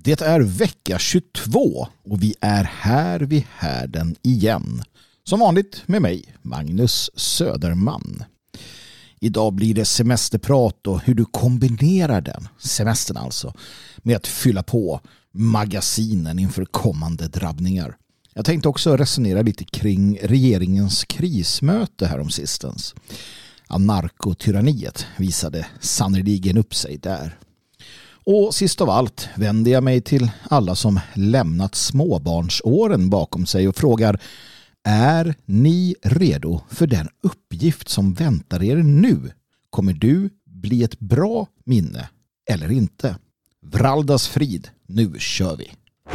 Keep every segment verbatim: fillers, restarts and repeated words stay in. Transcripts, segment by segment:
Det är vecka tjugotvå och vi är här vid härden igen. Som vanligt med mig, Magnus Söderman. Idag blir det semesterprat och hur du kombinerar den, semestern alltså, med att fylla på magasinen inför kommande drabbningar. Jag tänkte också resonera lite kring regeringens krismöte här om sistens. Anarkotyranniet visade sannoliken upp sig där. Och sist av allt vänder jag mig till alla som lämnat småbarnsåren bakom sig och frågar: är ni redo för den uppgift som väntar er nu? Kommer du bli ett bra minne eller inte? Vraldas frid, nu kör vi!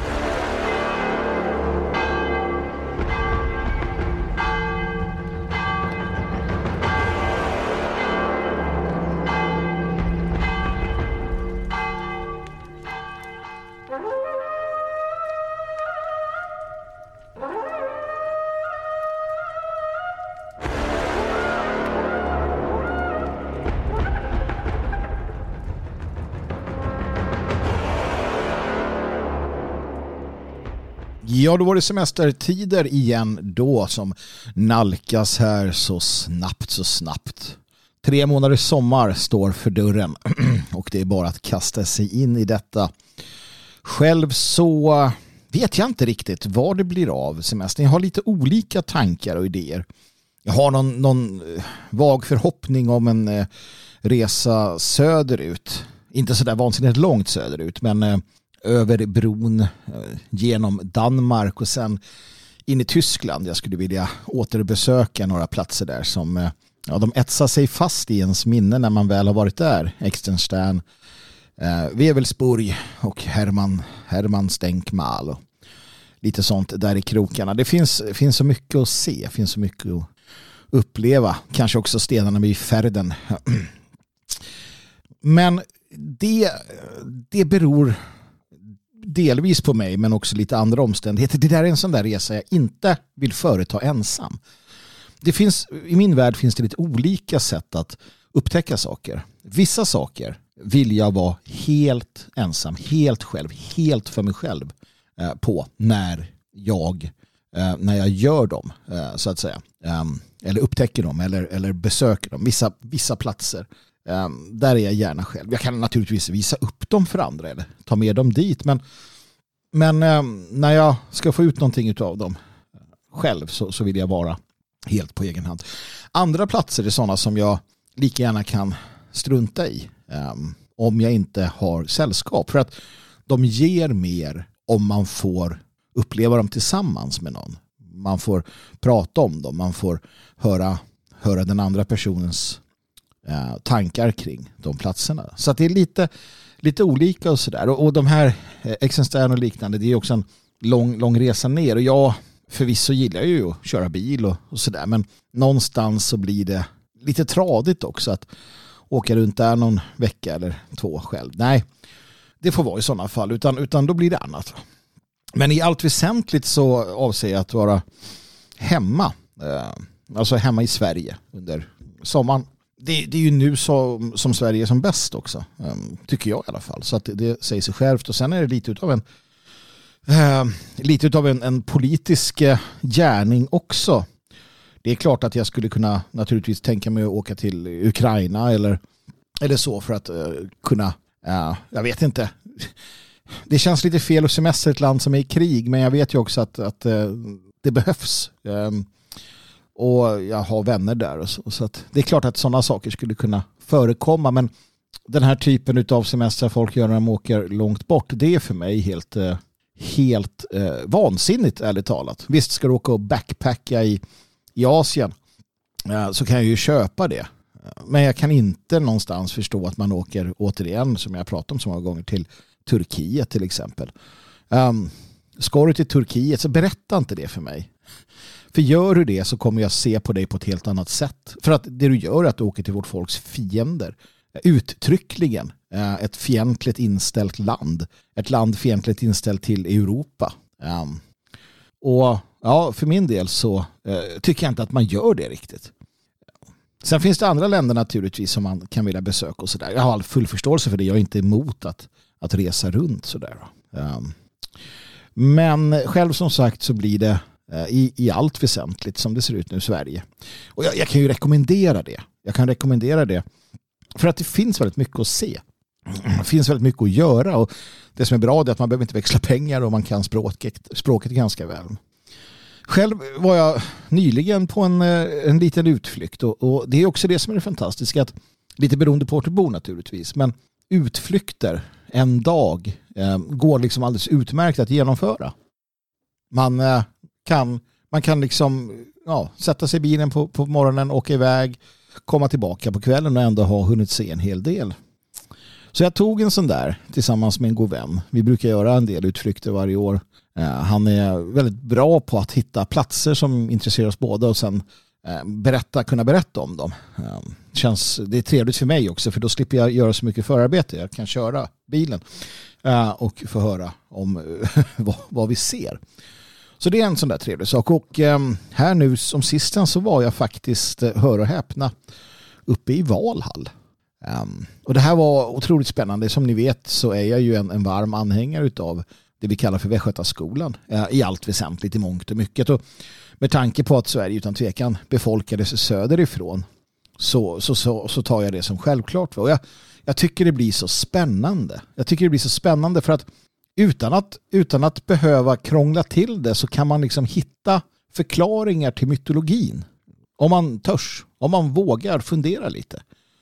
Ja, då var det semestertider igen då som nalkas här så snabbt, så snabbt. Tre månaders sommar står för dörren och det är bara att kasta sig in i detta. Själv så vet jag inte riktigt vad det blir av semestern. Jag har lite olika tankar och idéer. Jag har någon, någon vag förhoppning om en resa söderut. Inte så där vansinnigt långt söderut, men över bron genom Danmark och sen in i Tyskland. Jag skulle vilja återbesöka några platser där som ja, de etsar sig fast i ens minne när man väl har varit där. Extenstern, eh, Wevelsburg och Hermann, Hermann Stenkmal och lite sånt där i krokarna. Det finns, finns så mycket att se, finns så mycket att uppleva. Kanske också stenarna vid färden. Men det, det beror delvis på mig, men också lite andra omständigheter. Det där är en sån där resa jag inte vill företa ensam. Det finns, i min värld finns det lite olika sätt att upptäcka saker. Vissa saker vill jag vara helt ensam, helt själv, helt för mig själv eh, på när jag, eh, när jag gör dem, eh, så att säga. Eh, eller upptäcker dem, eller, eller besöker dem. Vissa, vissa platser. Um, där är jag gärna själv. Jag kan naturligtvis visa upp dem för andra eller ta med dem dit, men, men um, när jag ska få ut någonting av dem själv så, så vill jag vara helt på egen hand. Andra platser är sådana som jag lika gärna kan strunta i um, om jag inte har sällskap, för att de ger mer om man får uppleva dem tillsammans med någon. Man får prata om dem, man får höra, höra den andra personens Uh, tankar kring de platserna. Så att det är lite, lite olika och sådär. Och, och de här eh, Extenstern och liknande, det är också en lång, lång resa ner. Och jag förvisso gillar ju att köra bil och, och sådär. Men någonstans så blir det lite tradigt också att åka runt där någon vecka eller två själv. Nej, det får vara i sådana fall. Utan, utan då blir det annat. Men i allt väsentligt så avser jag att vara hemma. Uh, alltså hemma i Sverige under sommaren. Det, det är ju nu så, som Sverige är som bäst också, um, tycker jag i alla fall. Så att det, det säger sig självt. Och sen är det lite utav en uh, lite utav en, en politisk uh, gärning också. Det är klart att jag skulle kunna naturligtvis tänka mig att åka till Ukraina eller, eller så för att uh, kunna, uh, jag vet inte. Det känns lite fel att semester ett land som är i krig, men jag vet ju också att, att uh, det behövs. Um, Och jag har vänner där. Och så, så att det är klart att sådana saker skulle kunna förekomma. Men den här typen av semester folk gör när de åker långt bort, det är för mig helt, helt eh, vansinnigt, ärligt talat. Visst, ska du åka och backpacka i, i Asien eh, så kan jag ju köpa det. Men jag kan inte någonstans förstå att man åker återigen, som jag pratat om så många gånger, till Turkiet till exempel. Um, ska du till Turkiet så berätta inte det för mig. För gör du det så kommer jag se på dig på ett helt annat sätt. För att det du gör är att du åker till vårt folks fiender. Uttryckligen ett fientligt inställt land. Ett land fientligt inställt till Europa. Um, och ja, för min del så uh, tycker jag inte att man gör det riktigt. Sen finns det andra länder naturligtvis som man kan vilja besöka och sådär. Jag har all full förståelse för det. Jag är inte emot att, att resa runt sådär. Men själv som sagt så blir det i, i allt väsentligt som det ser ut nu i Sverige. Och jag, jag kan ju rekommendera det. Jag kan rekommendera det för att det finns väldigt mycket att se. Det finns väldigt mycket att göra, och det som är bra är att man behöver inte växla pengar och man kan språket, språket ganska väl. Själv var jag nyligen på en, en liten utflykt, och, och det är också det som är det fantastiska, att lite beroende på vart du bor naturligtvis, men utflykter en dag eh, går liksom alldeles utmärkt att genomföra. Man eh, kan man kan liksom ja, sätta sig i bilen på, på morgonen, åka iväg, komma tillbaka på kvällen och ändå ha hunnit se en hel del. Så jag tog en sån där tillsammans med en god vän. Vi brukar göra en del utflykter varje år. Uh, han är väldigt bra på att hitta platser som intresserar oss båda och sen uh, berätta, kunna berätta om dem. Uh, känns, det är trevligt för mig också, för då slipper jag göra så mycket förarbete. Jag kan köra bilen uh, och få höra om uh, vad, vad vi ser. Så det är en sån där trevlig sak. Och um, här nu som sisten så var jag faktiskt, uh, hör och häpna, uppe i Valhall. Um, och det här var otroligt spännande. Som ni vet så är jag ju en, en varm anhängare utav det vi kallar för Västgötaskolan uh, i allt väsentligt, i mångt och mycket. Och med tanke på att Sverige utan tvekan befolkades söderifrån så, så, så, så tar jag det som självklart. Och jag, jag tycker det blir så spännande. Jag tycker det blir så spännande för att utan att, utan att behöva krångla till det så kan man liksom hitta förklaringar till mytologin. Om man törs, om man vågar fundera lite.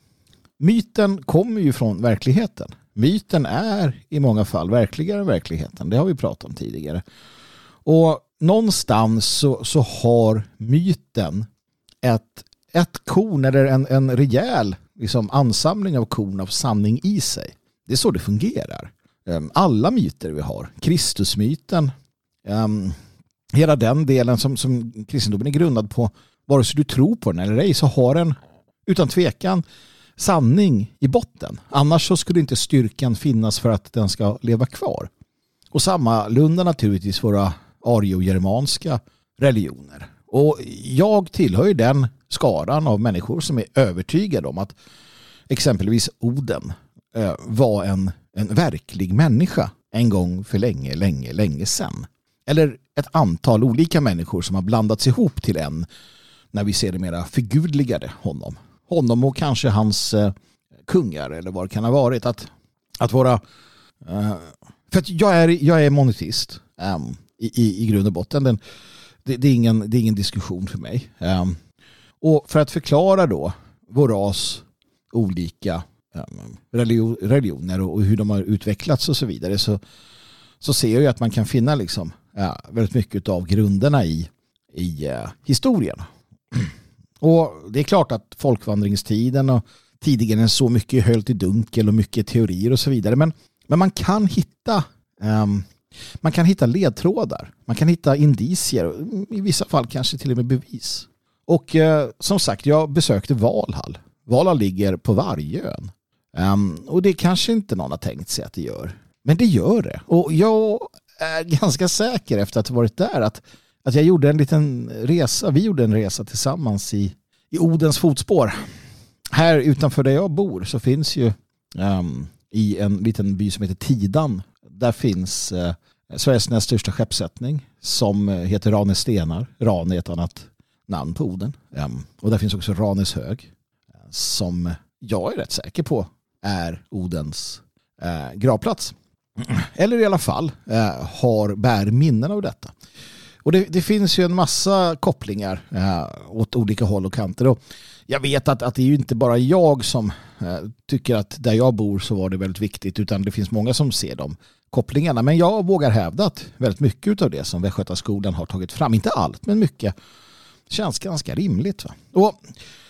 Myten kommer ju från verkligheten. Myten är i många fall verkligare än verkligheten. Det har vi pratat om tidigare. Och någonstans så, så har myten ett, ett korn eller en, en rejäl liksom, ansamling av korn av sanning i sig. Det är så det fungerar. Alla myter vi har. Kristusmyten. Um, hela den delen som, som kristendomen är grundad på, vare sig du tror på den eller ej, så har den utan tvekan sanning i botten. Annars så skulle inte styrkan finnas för att den ska leva kvar. Och samma lunda naturligtvis våra ariogermanska religioner. Och jag tillhör ju den skaran av människor som är övertygade om att exempelvis Oden eh, var en, en verklig människa en gång för länge, länge, länge sedan. Eller ett antal olika människor som har blandats ihop till en när vi ser det mera förgudligade honom. Honom och kanske hans eh, kungar eller vad det kan ha varit. Att, att våra... Eh, för att jag är, jag är monotist um, i, i, i grund och botten. Den, det, det, är ingen, det är ingen diskussion för mig. Um, och för att förklara då vår ras olika um, religion, religioner och, och hur de har utvecklats och så vidare så, så ser jag ju att man kan finna liksom, ja, väldigt mycket av grunderna i, i uh, historien. Och det är klart att folkvandringstiden och tidigare så mycket höll till dunkel och mycket teorier och så vidare. Men, men man kan hitta um, man kan hitta ledtrådar. Man kan hitta indicier. I vissa fall kanske till och med bevis. Och uh, som sagt, jag besökte Valhall. Valhall ligger på Vargön. Um, och det kanske inte någon har tänkt sig att det gör. Men det gör det. Och jag är ganska säker efter att ha varit där att Att jag gjorde en liten resa, vi gjorde en resa tillsammans i, i Odens fotspår. Här utanför där jag bor så finns ju um, i en liten by som heter Tidan. Där finns uh, Sveriges näst största skeppssättning som uh, heter Ranestenar. Rane är ett annat namn på Oden. Um, och där finns också Raneshög uh, som jag är rätt säker på är Odens uh, gravplats. Eller i alla fall uh, har bär minnen av detta. Och det, det finns ju en massa kopplingar eh, åt olika håll och kanter. Och jag vet att, att det är ju inte bara jag som eh, tycker att där jag bor så var det väldigt viktigt, utan det finns många som ser de kopplingarna. Men jag vågar hävda att väldigt mycket av det som Västgötaskolan har tagit fram, inte allt men mycket, känns ganska rimligt. Va? Och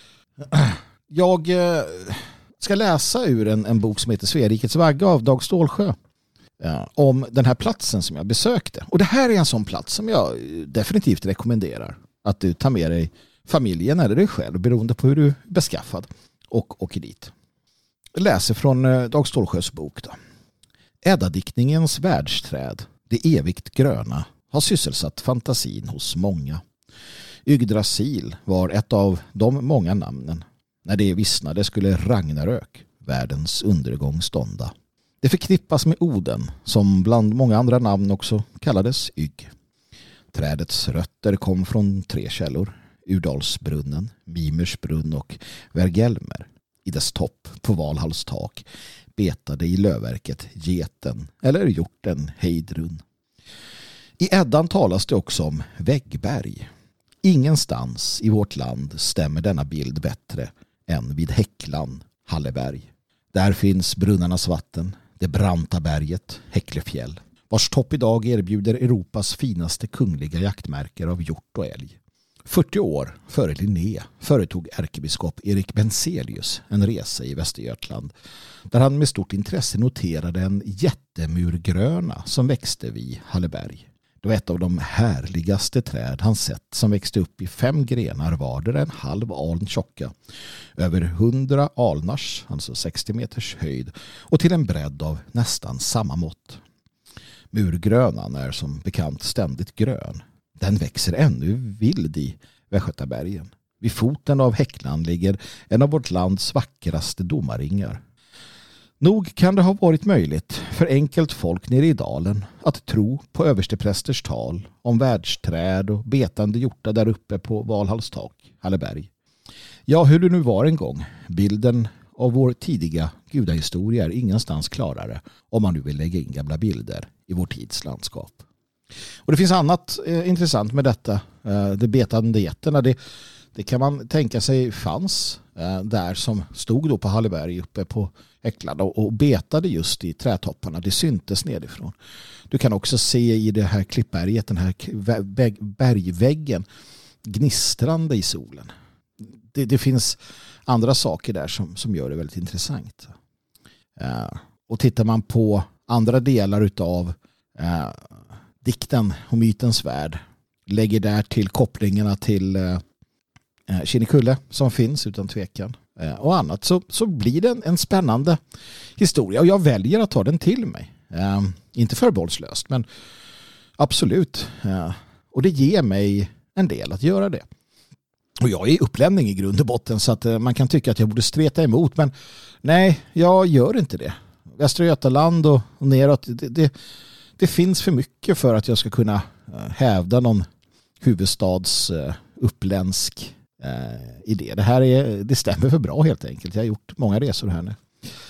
jag eh, ska läsa ur en, en bok som heter Sverikets vagga av Dag Stålsjö. Ja, om den här platsen som jag besökte. Och det här är en sån plats som jag definitivt rekommenderar att du tar med dig familjen eller dig själv beroende på hur du är beskaffad och åker dit. Jag läser från Dag Stålsjös bok då. Äddadiktningens världsträd, det evigt gröna, har sysselsatt fantasin hos många. Yggdrasil var ett av de många namnen. När det vissnade skulle Ragnarök, världens undergång, stånda. Det förknippas med Oden, som bland många andra namn också kallades Ygg. Trädets rötter kom från tre källor: Urdalsbrunnen, Mimers brunn och Vergelmer. I dess topp på Valhalls tak betade i lövverket geten eller hjorten Heidrun. I Eddan talas det också om Väggberg. Ingenstans i vårt land stämmer denna bild bättre än vid Häcklan, Halleberg. Där finns brunnarnas vatten, det branta berget, Häcklefjäll, vars topp idag erbjuder Europas finaste kungliga jaktmärker av hjort och älg. fyrtio år före Linné företog ärkebiskop Erik Benselius en resa i Västergötland där han med stort intresse noterade en jättemurgröna som växte vid Halleberg. Det var ett av de härligaste träd han sett, som växte upp i fem grenar vardera en halv aln tjocka, över hundra alnars, alltså sextio meters höjd, och till en bredd av nästan samma mått. Murgrönan är som bekant ständigt grön. Den växer ännu vild i Västgötabergen. Vid foten av Häcklan ligger en av vårt lands vackraste domaringar. Nog kan det ha varit möjligt för enkelt folk nere i dalen att tro på översteprästers tal om världsträd och betande hjortar där uppe på Valhalls tak, Halleberg. Ja, hur det nu var en gång, bilden av vår tidiga gudahistoria är ingenstans klarare om man nu vill lägga in gamla bilder i vår tids landskap. Och det finns annat eh, intressant med detta. Eh, det betande getterna, det, det kan man tänka sig fanns eh, där som stod då på Halleberg uppe på Häcklan och, och betade just i trädtopparna. Det syntes nedifrån. Du kan också se i det här klippberget, den här bergväggen gnistrande i solen. Det, det finns andra saker där som, som gör det väldigt intressant. Eh, och tittar man på andra delar utav eh, dikten och mytens värld, lägger där till kopplingarna till eh, Kinnekulle som finns utan tvekan eh, och annat, så, så blir det en, en spännande historia, och jag väljer att ta den till mig. Eh, inte förbehållslöst, men absolut. Eh, och det ger mig en del att göra det. Och jag är upplänning i grund och botten, så att eh, man kan tycka att jag borde streta emot, men nej, jag gör inte det. Västra Götaland och, och neråt, det, det Det finns för mycket för att jag ska kunna hävda någon huvudstads uh, uppländsk uh, idé. Det här är, det stämmer för bra helt enkelt. Jag har gjort många resor här nu.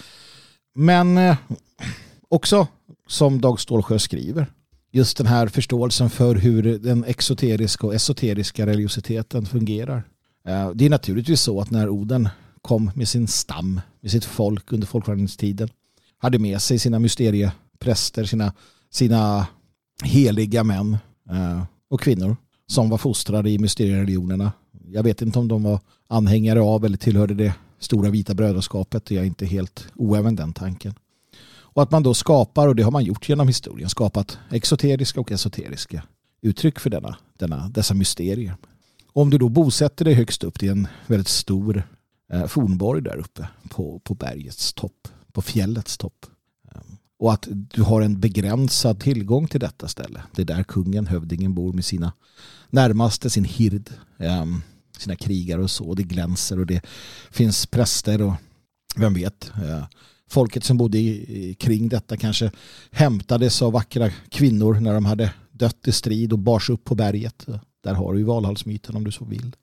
Men uh, också, som Dag Stålsjö skriver, just den här förståelsen för hur den exoteriska och esoteriska religiositeten fungerar. Uh, det är naturligtvis så att när Oden kom med sin stam, med sitt folk under folkvandringstiden, hade med sig sina mysteriepräster, sina sina heliga män eh, och kvinnor som var fostrade i mysteriereligionerna. Jag vet inte om de var anhängare av eller tillhörde det stora vita brödraskapet. Jag är inte helt oäven den tanken. Och att man då skapar, och det har man gjort genom historien, skapat exoteriska och esoteriska uttryck för denna, denna, dessa mysterier. Och om du då bosätter dig högst upp till en väldigt stor eh, fornborg där uppe på, på bergets topp, på fjällets topp, och att du har en begränsad tillgång till detta ställe. Det är där kungen, hövdingen, bor med sina närmaste, sin hird, sina krigare och så. Det glänser och det finns präster och vem vet. Folket som bodde i, kring detta kanske hämtades av vackra kvinnor när de hade dött i strid och bars upp på berget. Där har du ju Valhallsmyten om du så vill.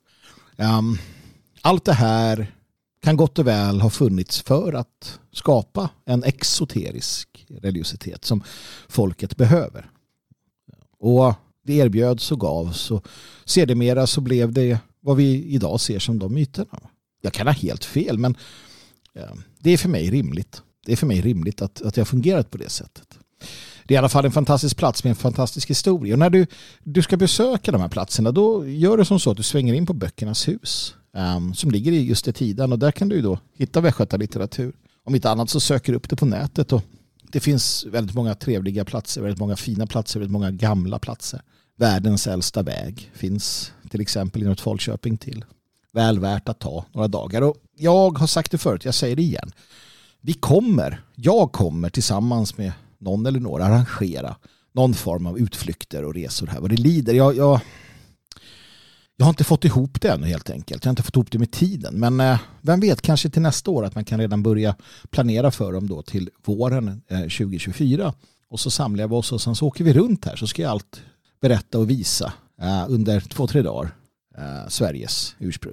Allt det här kan gott och väl ha funnits för att skapa en exoterisk religiositet som folket behöver. Och det erbjöds och gavs, och sedermera så blev det vad vi idag ser som de myterna. Jag kan ha helt fel, men ja, det är för mig rimligt. Det är för mig rimligt att, att jag fungerat på det sättet. Det är i alla fall en fantastisk plats med en fantastisk historia. Och när du, du ska besöka de här platserna, då gör du som så att du svänger in på Böckernas hus. Um, som ligger i just det tiden, och där kan du då hitta västgötalitteratur. Om inte annat så söker du upp det på nätet, och det finns väldigt många trevliga platser, väldigt många fina platser, väldigt många gamla platser. Världens äldsta väg finns till exempel i något Falköping till. Väl värt att ta några dagar, och jag har sagt det förut, jag säger det igen. Vi kommer, jag kommer tillsammans med någon eller några arrangera någon form av utflykter och resor här. Vad det lider, jag... jag Jag har inte fått ihop det ännu helt enkelt. Jag har inte fått ihop det med tiden. Men eh, vem vet, kanske till nästa år att man kan redan börja planera för dem då till våren eh, tjugo tjugofyra. Och så samlar vi oss och sen så åker vi runt här. Så ska jag allt berätta och visa eh, under två, tre dagar eh, Sveriges ursprung.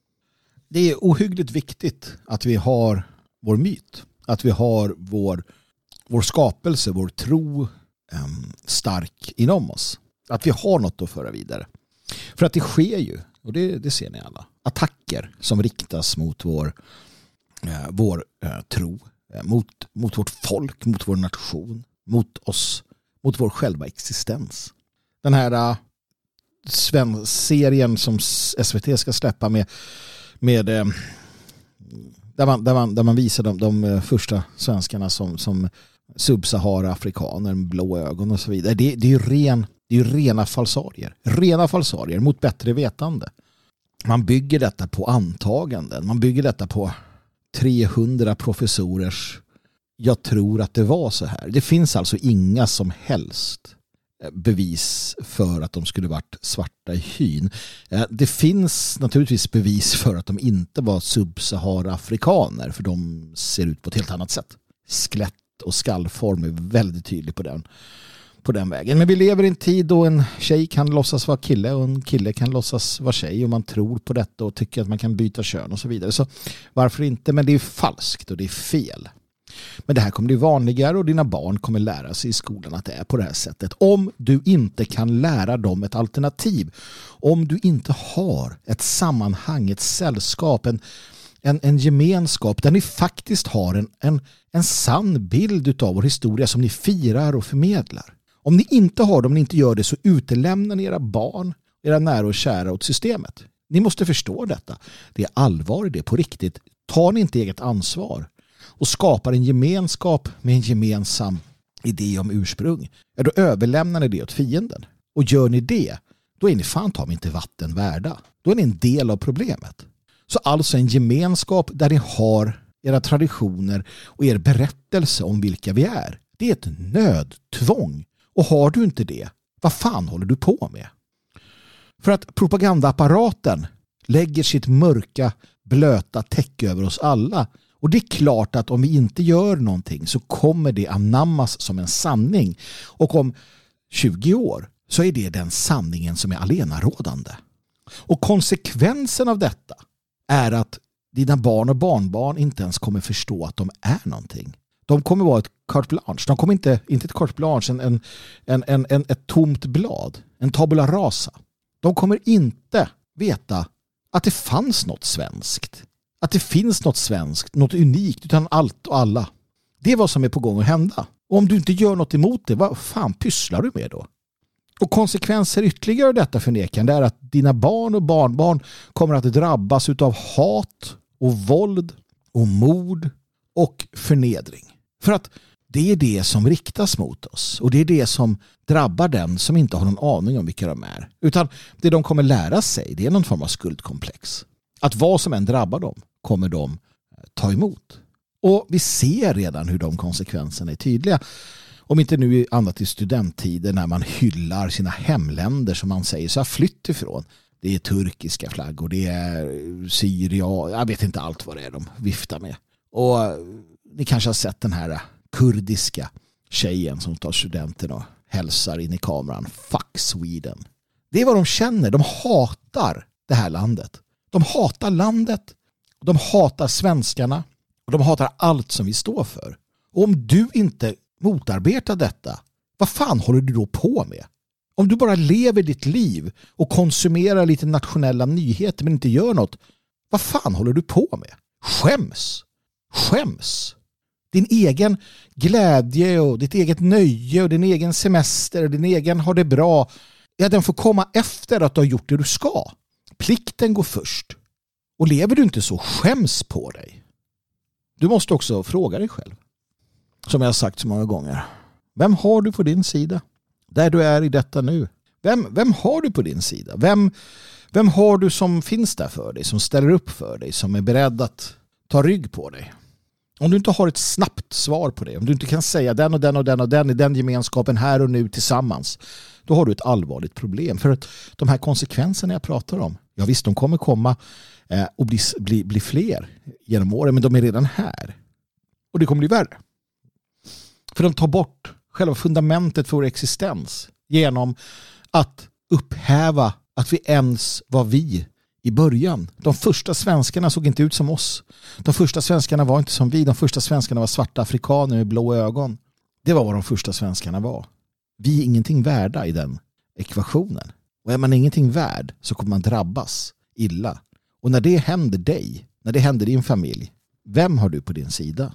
Det är ohyggligt viktigt att vi har vår myt. Att vi har vår, vår skapelse, vår tro eh, stark inom oss. Att vi har något att föra vidare. För att det sker ju, och det, det ser ni alla, attacker som riktas mot vår, eh, vår eh, tro, eh, mot, mot vårt folk, mot vår nation, mot oss, mot vår själva existens. Den här uh, sven- serien som S V T ska släppa med, med eh, där, man, där, man, där man visar de, de första svenskarna som, som subsahara-afrikaner med blå ögon och så vidare. Det, det är ju ren Det är ju rena falsarier. Rena falsarier mot bättre vetande. Man bygger detta på antaganden. Man bygger detta på trehundra professorers jag tror att det var så här. Det finns alltså inga som helst bevis för att de skulle varit svarta i hyn. Det finns naturligtvis bevis för att de inte var subsahara-afrikaner, för de ser ut på ett helt annat sätt. Skelett och skallform är väldigt tydligt på den. på den vägen. Men vi lever i en tid då en tjej kan låtsas vara kille och en kille kan låtsas vara tjej och man tror på detta och tycker att man kan byta kön och så vidare. Så varför inte? Men det är falskt och det är fel. Men det här kommer bli vanligare och dina barn kommer lära sig i skolan att det är på det här sättet. Om du inte kan lära dem ett alternativ, om du inte har ett sammanhang, ett sällskap, en, en, en gemenskap där ni faktiskt har en, en, en sann bild av vår historia som ni firar och förmedlar. Om ni inte har dem, om ni inte gör det, så utelämnar ni era barn, era nära och kära åt systemet. Ni måste förstå detta. Det är allvar, det är på riktigt. Tar ni inte eget ansvar och skapar en gemenskap med en gemensam idé om ursprung, ja, då överlämnar ni det åt fienden. Och gör ni det, då är ni fan ta mig inte vatten värda. Då är ni en del av problemet. Så alltså en gemenskap där ni har era traditioner och er berättelse om vilka vi är. Det är ett nödtvång. Och har du inte det, vad fan håller du på med? För att propagandaapparaten lägger sitt mörka, blöta täcke över oss alla. Och det är klart att om vi inte gör någonting så kommer det anammas som en sanning. Och om tjugo år så är det den sanningen som är allenarådande. Och konsekvensen av detta är att dina barn och barnbarn inte ens kommer förstå att de är någonting. De kommer vara ett carte blanche. De kommer inte, inte ett carte blanche, en, en, en, en, en, ett tomt blad. En tabula rasa. De kommer inte veta att det fanns något svenskt. Att det finns något svenskt, något unikt, utan allt och alla. Det är vad som är på gång att hända. Och om du inte gör något emot det, vad fan pysslar du med då? Och konsekvenser ytterligare av detta förnekande är att dina barn och barnbarn kommer att drabbas av hat och våld och mord och förnedring. För att det är det som riktas mot oss. Och det är det som drabbar den som inte har någon aning om vilka de är. Utan det de kommer lära sig, det är någon form av skuldkomplex. Att vad som än drabbar dem kommer de ta emot. Och vi ser redan hur de konsekvenserna är tydliga. Om inte nu annat i studenttider när man hyllar sina hemländer som man säger så har flytt ifrån. Det är turkiska flaggor, det är Syrien, jag vet inte allt vad det är de viftar med. Och ni kanske har sett den här kurdiska tjejen som tar studenten och hälsar in i kameran. Fuck Sweden. Det är vad de känner. De hatar det här landet. De hatar landet. De hatar svenskarna. Och de hatar allt som vi står för. Och om du inte motarbetar detta, vad fan håller du då på med? Om du bara lever ditt liv och konsumerar lite nationella nyheter men inte gör något, vad fan håller du på med? Skäms. Skäms. Din egen glädje och ditt eget nöje och din egen semester och din egen har det bra, ja, den får komma efter att du har gjort det du ska. Plikten går först. Och lever du inte så, skäms på dig. Du måste också fråga dig själv. Som jag har sagt så många gånger. Vem har du på din sida? Där du är i detta nu. Vem, vem har du på din sida? Vem, vem har du som finns där för dig? Som ställer upp för dig? Som är beredd att ta rygg på dig? Om du inte har ett snabbt svar på det, om du inte kan säga den och den och den och den i den gemenskapen här och nu tillsammans, då har du ett allvarligt problem. För att de här konsekvenserna jag pratar om, ja visst, de kommer komma eh, och bli, bli, bli fler genom åren, men de är redan här. Och det kommer bli värre. För de tar bort själva fundamentet för vår existens genom att upphäva att vi ens var vi i början. De första svenskarna såg inte ut som oss. De första svenskarna var inte som vi. De första svenskarna var svarta afrikaner med blå ögon. Det var vad de första svenskarna var. Vi är ingenting värda i den ekvationen. Och är man ingenting värd så kommer man drabbas illa. Och när det händer dig, när det händer din familj, vem har du på din sida?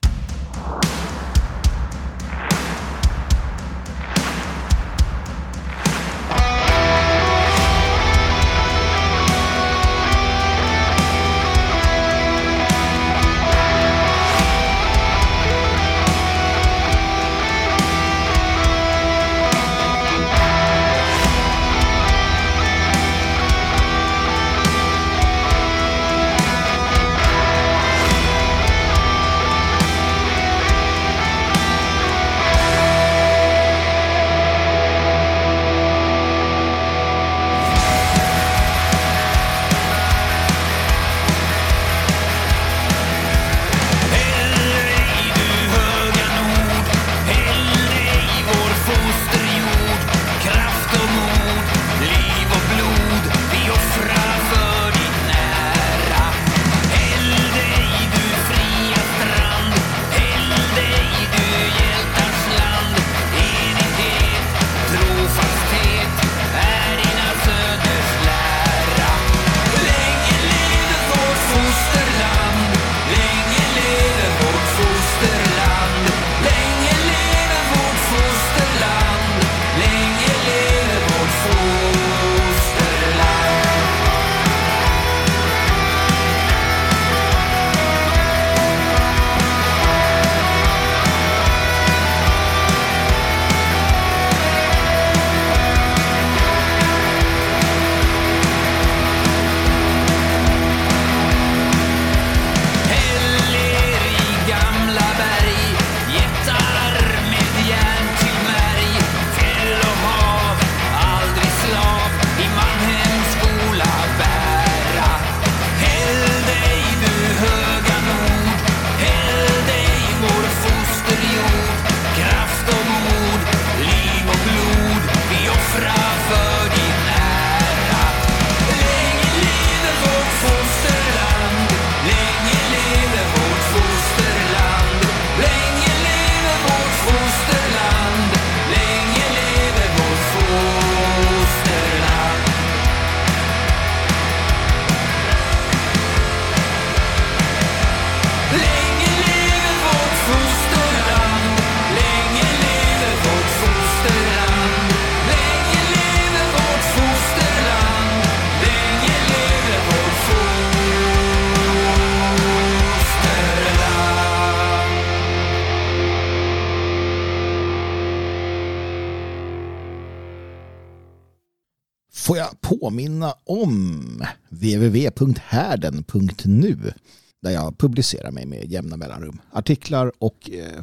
Får jag påminna om w w w punkt härden punkt nu där jag publicerar mig med jämna mellanrum. Artiklar och eh,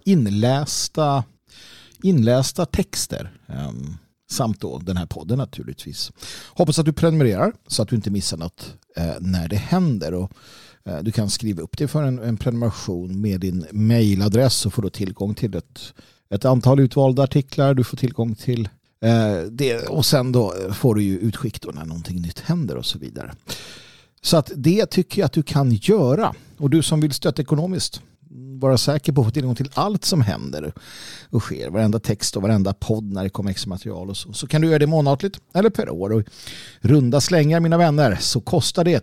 inlästa, inlästa texter eh, samt då den här podden naturligtvis. Hoppas att du prenumererar så att du inte missar något eh, när det händer. Och eh, du kan skriva upp det för en, en prenumeration med din mejladress så får du tillgång till ett, ett antal utvalda artiklar. Du får tillgång till det, och sen då får du ju utskick då när någonting nytt händer och så vidare. Så att det tycker jag att du kan göra. Och du som vill stötta ekonomiskt, vara säker på att få tillgång till allt som händer och sker, varenda text och varenda podd när det kommer extra material och så, så kan du göra det månatligt eller per år. Och runda slängar, mina vänner, så kostar det,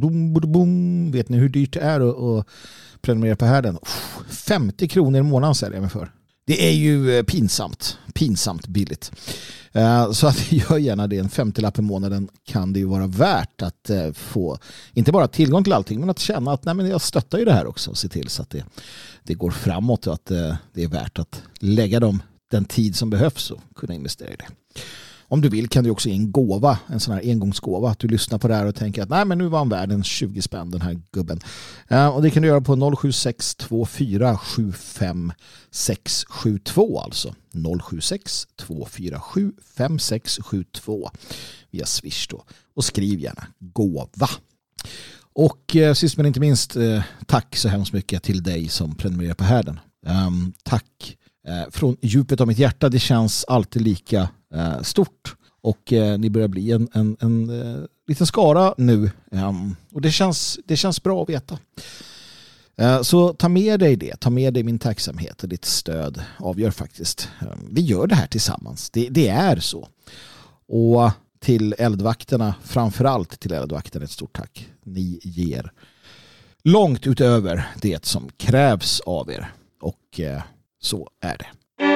vet ni hur dyrt det är att prenumerera på Härden? femtio kronor i månaden säljer jag mig för. Det är ju pinsamt, pinsamt billigt. Så att gör gärna det, en femtiolapp i månaden kan det ju vara värt att få, inte bara tillgång till allting, men att känna att nej, men jag stöttar ju det här också och se till så att det, det går framåt och att det är värt att lägga dem den tid som behövs och kunna investera i det. Om du vill kan du också ge en gåva, en sån här engångsgåva. Att du lyssnar på det här och tänker att nej, men nu var han värd en tjugo spänn den här gubben. Uh, och det kan du göra på noll sju sex två fyra sju fem sex sju två alltså. noll sju sex två fyra sju fem sex sju två via Swish då. Och skriv gärna gåva. Och eh, sist men inte minst, eh, tack så hemskt mycket till dig som prenumererar på Härden. Um, tack eh, från djupet av mitt hjärta. Det känns alltid lika eh, stort. Och eh, ni börjar bli en, en, en eh, liten skara nu. Um, och det känns, det känns bra att veta. Uh, så ta med dig det. Ta med dig min tacksamhet och ditt stöd. Avgör faktiskt. Um, vi gör det här tillsammans. Det, det är så. Och till eldvakterna, framförallt till eldvakterna, ett stort tack. Ni ger långt utöver det som krävs av er. Och eh, så är det.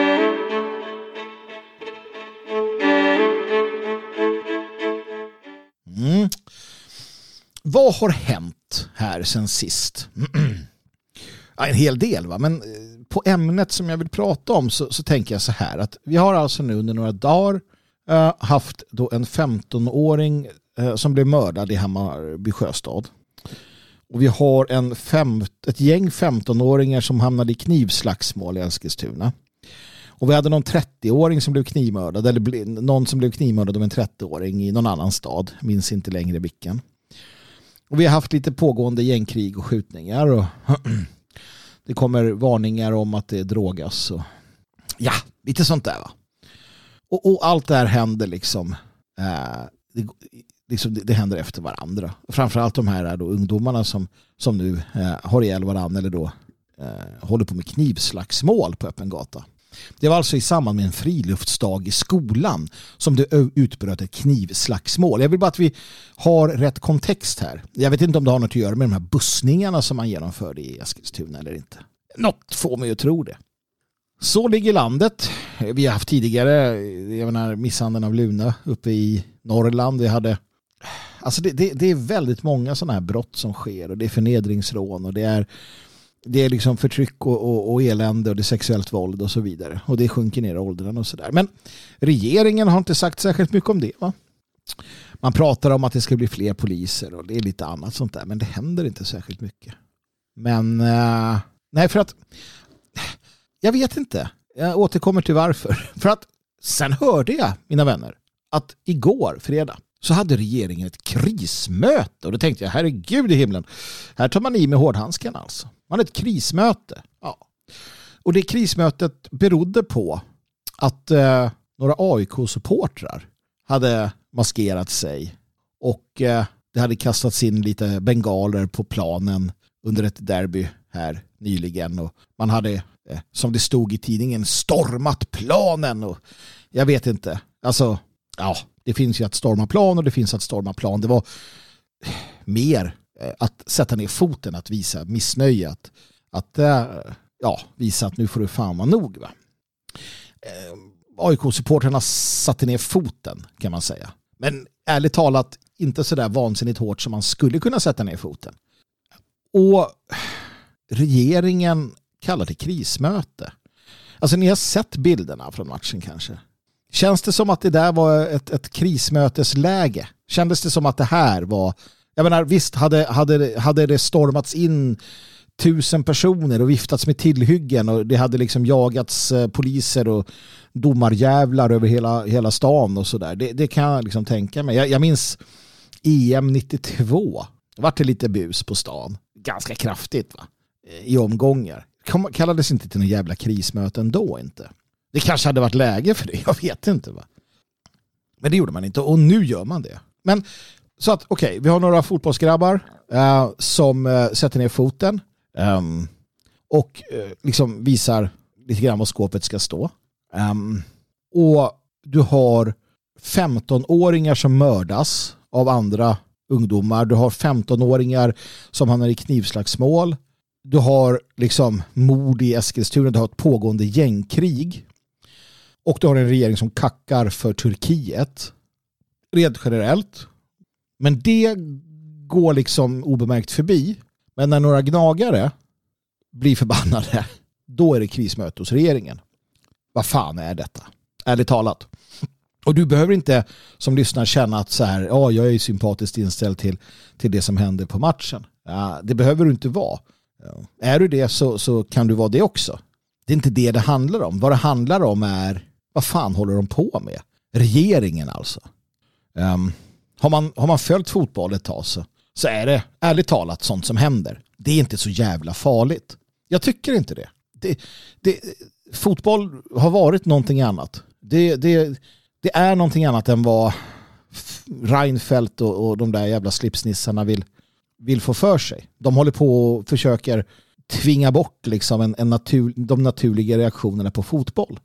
Mm. Vad har hänt här sen sist? Ja, en hel del, va? Men på ämnet som jag vill prata om så, så tänker jag så här att vi har alltså nu under några dagar Uh, haft då en femtonåring uh, som blev mördad i Hammarby sjöstad. Och vi har en fem, ett gäng femtonåringar som hamnade i knivslagsmål i Eskilstuna. Och vi hade någon trettioåring som blev knivmördad, eller ble, någon som blev knivmördad av en trettioåring i någon annan stad, minns inte längre vilken. Och vi har haft lite pågående gängkrig och skjutningar och det kommer varningar om att det drogas och ja, lite sånt där, va. Och, och allt det här händer liksom, eh, det, liksom det, det händer efter varandra. Framförallt de här då, ungdomarna som, som nu eh, har ihjäl varandra eller då eh, håller på med knivslagsmål på öppen gata. Det var alltså i samband med en friluftsdag i skolan som det utbröt ett knivslagsmål. Jag vill bara att vi har rätt kontext här. Jag vet inte om det har något att göra med de här bussningarna som man genomförde i Eskilstuna eller inte. Något får mig att tro det. Så ligger landet. Vi har haft tidigare, jag menar, misshandeln av Luna uppe i Norrland. Vi hade, alltså det, det, det är väldigt många sådana här brott som sker och det är förnedringsrån och det är, det är liksom förtryck och, och, och elände och det är sexuellt våld och så vidare. Och det sjunker ner i åldern och sådär. Men regeringen har inte sagt särskilt mycket om det, va? Man pratar om att det ska bli fler poliser och det är lite annat sånt där. Men det händer inte särskilt mycket. Men uh, nej, för att jag vet inte. Jag återkommer till varför. För att sen hörde jag, mina vänner, att igår, fredag, så hade regeringen ett krismöte. Och då tänkte jag, herregud i himlen. Här tar man i med hårdhandsken alltså. Man hade ett krismöte. Ja. Och det krismötet berodde på att eh, några A I K-supportrar hade maskerat sig. Och eh, det hade kastats in lite bengaler på planen under ett derby här nyligen. Och man hade, eh, som det stod i tidningen, stormat planen. Och jag vet inte. Alltså, ja, det finns ju att storma plan och det finns att storma plan. Det var mer eh, att sätta ner foten, att visa missnöje. Att, att eh, ja, visa att nu får du fan vara nog, va? Eh, A I K-supporterna satte ner foten, kan man säga. Men ärligt talat inte så där vansinnigt hårt som man skulle kunna sätta ner foten. Och regeringen kallar det krismöte. Alltså ni har sett bilderna från matchen kanske. Känns det som att det där var ett, ett krismötesläge? Kändes det som att det här var... Jag menar, visst hade, hade, hade det stormats in tusen personer och viftats med tillhyggen och det hade liksom jagats eh, poliser och domarjävlar över hela, hela stan och sådär. Det, det kan jag liksom tänka mig. Jag, jag minns E M nittiotvå. Det var det lite bus på stan. Ganska kraftigt, va? I omgångar. Kom, kallades inte till någon jävla krismöten då inte. Det kanske hade varit läge för det. Jag vet inte, va? Men det gjorde man inte och nu gör man det. Men så att okej, okay, vi har några fotbollsgrabbar eh, som eh, sätter ner foten um, och eh, liksom visar lite grann vad skåpet ska stå. Um, och du har femtonåringar som mördas av andra ungdomar. Du har femtonåringar som hamnar i knivslagsmål. Du har liksom mord i Eskilstuna. Du har ett pågående gängkrig. Och du har en regering som kackar för Turkiet. Rent generellt. Men det går liksom obemärkt förbi. Men när några gnagare blir förbannade, då är det krismöte hos regeringen. Vad fan är detta? Ärligt talat. Och du behöver inte som lyssnar känna att så här, ja, jag är sympatiskt inställd till, till det som händer på matchen. Ja, det behöver du inte vara. Ja. Är du det så, så kan du vara det också. Det är inte det det handlar om. Vad det handlar om är, vad fan håller de på med? Regeringen alltså. Um, har, man, har man följt fotboll ett tag så, så är det ärligt talat sånt som händer. Det är inte så jävla farligt. Jag tycker inte det. det, det fotboll har varit någonting annat. Det, det, det är någonting annat än vad Reinfeldt och, och de där jävla slipsnissarna vill, vill få för sig. De håller på och försöker tvinga bort liksom en, en natur, de naturliga reaktionerna på fotboll.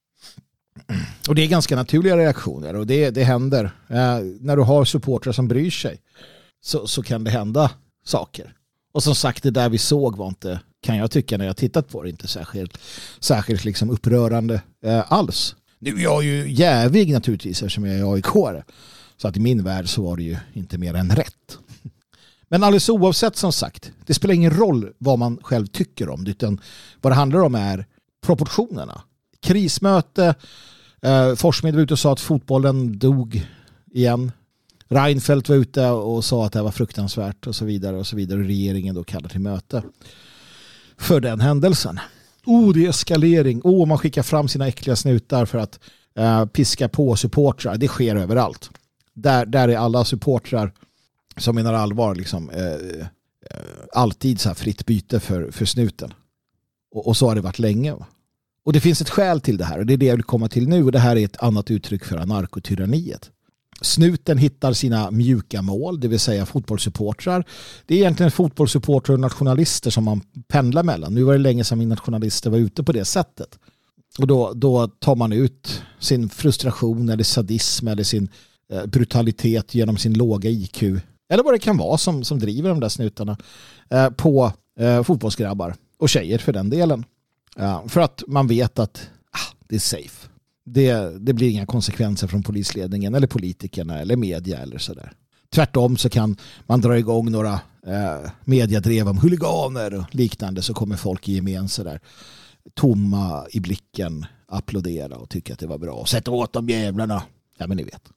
Och det är ganska naturliga reaktioner och det, det händer. Eh, när du har supportrar som bryr sig så, så kan det hända saker. Och som sagt, det där vi såg var inte, kan jag tycka när jag tittat på det, inte särskilt, särskilt liksom upprörande eh, alls. Nu är jag ju jävig naturligtvis eftersom jag är A I K-are. Så att i min värld så var det ju inte mer än rätt. Men alldeles oavsett som sagt, det spelar ingen roll vad man själv tycker om det, utan vad det handlar om är proportionerna. Krismöte, eh, Forssmed var ute och sa att fotbollen dog igen. Reinfeldt var ute och sa att det var fruktansvärt och så vidare och så vidare. Regeringen då kallar till möte för den händelsen. Oh, det är eskalering. Oh, man skickar fram sina äckliga snutar för att eh, piska på supportrar. Det sker överallt. Där, där är alla supportrar som menar allvar liksom, eh, eh, alltid så här fritt byte för, för snuten. Och, och så har det varit länge. Va? Och det finns ett skäl till det här och det är det jag vill komma till nu och det här är ett annat uttryck för anarkotyranniet. Snuten hittar sina mjuka mål, det vill säga fotbollssupportrar. Det är egentligen fotbollssupportrar och nationalister som man pendlar mellan. Nu var det länge sedan nationalister var ute på det sättet. Och då, då tar man ut sin frustration eller sadism eller sin eh, brutalitet genom sin låga I Q. Eller vad det kan vara som, som driver de där snutarna eh, på eh, fotbollsgrabbar och tjejer för den delen. Ja, för att man vet att ah, det är safe. Det, det blir inga konsekvenser från polisledningen eller politikerna eller media eller sådär. Tvärtom så kan man dra igång några eh, mediadrev om huliganer och liknande så kommer folk i gemen sådär tomma i blicken applådera och tycka att det var bra. Och sätta åt de jävlarna. Ja, men ni vet.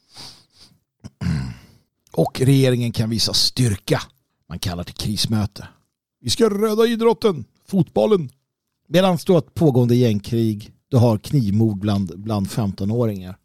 Och regeringen kan visa styrka. Man kallar det krismöte. Vi ska rädda idrotten, fotbollen. Medan det står ett pågående gängkrig, du har knivmord bland, bland femtonåringar.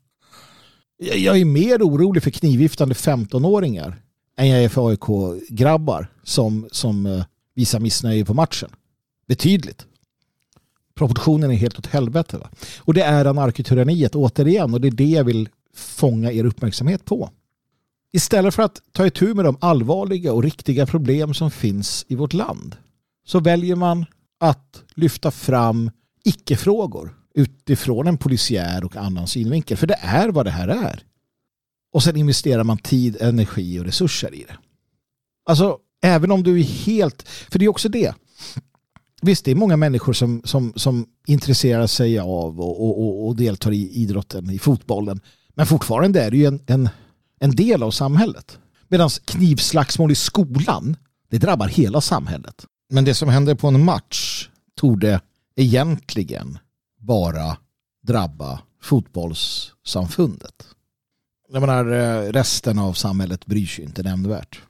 Jag är mer orolig för knivviftande femtonåringar än jag är för A I K-grabbar som, som uh, visar missnöje på matchen. Betydligt. Proportionen är helt åt helvete. Va? Och det är anarkotyranniet återigen och det är det jag vill fånga er uppmärksamhet på. Istället för att ta itu med de allvarliga och riktiga problem som finns i vårt land så väljer man att lyfta fram icke-frågor utifrån en polisiär och annan synvinkel. För det är vad det här är. Och sen investerar man tid, energi och resurser i det. Alltså, även om du är helt... För det är också det. Visst, det är många människor som, som, som intresserar sig av och, och, och deltar i idrotten, i fotbollen. Men fortfarande är det ju en, en, en del av samhället. Medan knivslagsmål i skolan, det drabbar hela samhället. Men det som händer på en match torde egentligen bara drabba fotbollssamfundet. Jag menar, resten av samhället bryr sig inte nämnvärt.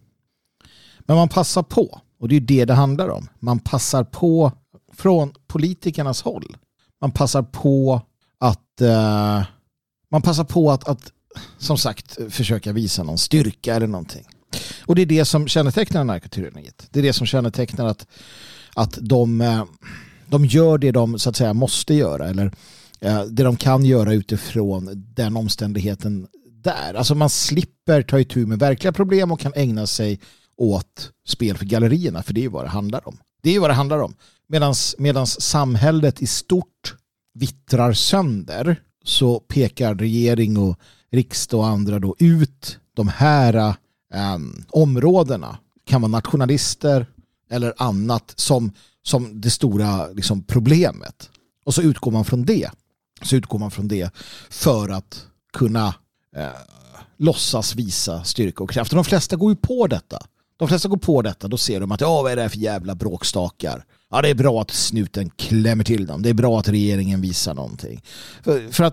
Men man passar på, och det är det det handlar om. Man passar på från politikernas håll. Man passar på att uh, man passar på att, att som sagt försöka visa någon styrka eller någonting. Och det är det som kännetecknar anarkotyranniet. Det är det som kännetecknar att, att de, de gör det de så att säga måste göra eller det de kan göra utifrån den omständigheten där. Alltså man slipper ta itu med verkliga problem och kan ägna sig åt spel för gallerierna, för det är vad det handlar om. Det är vad det handlar om. Medans, medans samhället i stort vittrar sönder så pekar regering och riksdag och andra då ut de här Um, områdena, kan vara nationalister eller annat som, som det stora liksom, problemet. Och så utgår man från det. Så utgår man från det för att kunna eh, låtsas visa styrka och kraft. Och de flesta går ju på detta. De flesta går på detta, då ser de att ja, vad är det här för jävla bråkstakar? Ja, det är bra att snuten klämmer till dem. Det är bra att regeringen visar någonting. För, för att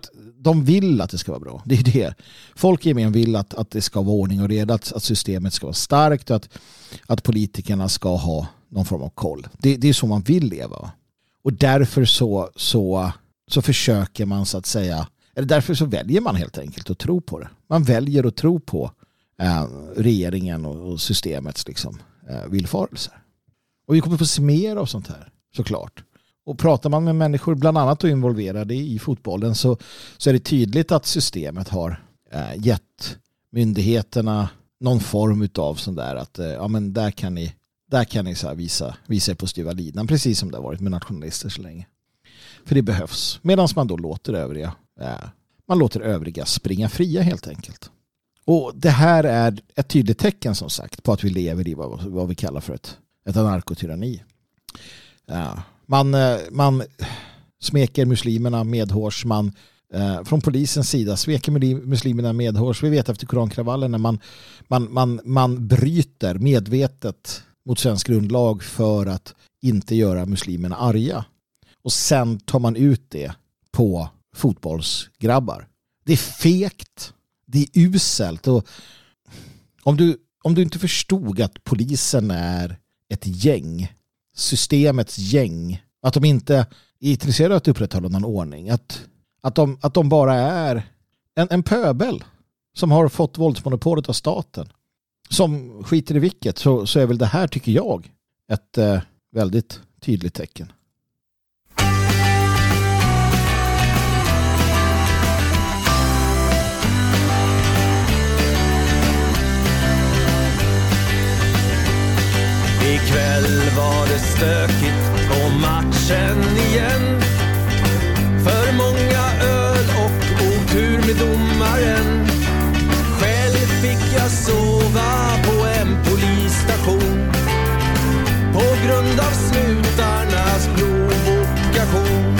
de vill att det ska vara bra. Det är det. Folk i gemen vill att, att det ska vara ordning och reda, att, att systemet ska vara starkt och att, att politikerna ska ha någon form av koll. Det, det är så man vill leva. Och därför så, så, så försöker man så att säga, eller därför så väljer man helt enkelt att tro på det. Man väljer att tro på eh, regeringen och, och systemets liksom, eh, villfarelser. Och vi kommer få se mer av sånt här, såklart. Och pratar man med människor bland annat och involverade i fotbollen så, så är det tydligt att systemet har eh, gett myndigheterna någon form av sån där att eh, ja, men där kan ni, där kan ni så här visa, visa er på styva linan, precis som det har varit med nationalister så länge. För det behövs. Medan man då låter övriga, eh, man låter övriga springa fria helt enkelt. Och det här är ett tydligt tecken som sagt på att vi lever i vad, vad vi kallar för ett, ett anarkotyranni. Ja. Man, man smeker muslimerna medhårs. Man, eh, från polisens sida smeker muslimerna medhårs. Vi vet efter korankravallen när man, man, man, man bryter medvetet mot svensk grundlag för att inte göra muslimerna arga. Och sen tar man ut det på fotbollsgrabbar. Det är fegt. Det är uselt. Och om du, om du inte förstod att polisen är ett gäng, systemets gäng, att de inte är intresserade av att upprätthålla någon ordning, att, att, de, att de bara är en, en pöbel som har fått våldsmonopolet av staten, som skiter i vilket, så, så är väl det här, tycker jag, ett eh, väldigt tydligt tecken. Ikväll var det stökigt på matchen igen. För många öl och otur med domaren. Själv fick jag sova på en polisstation på grund av slutarnas provokation.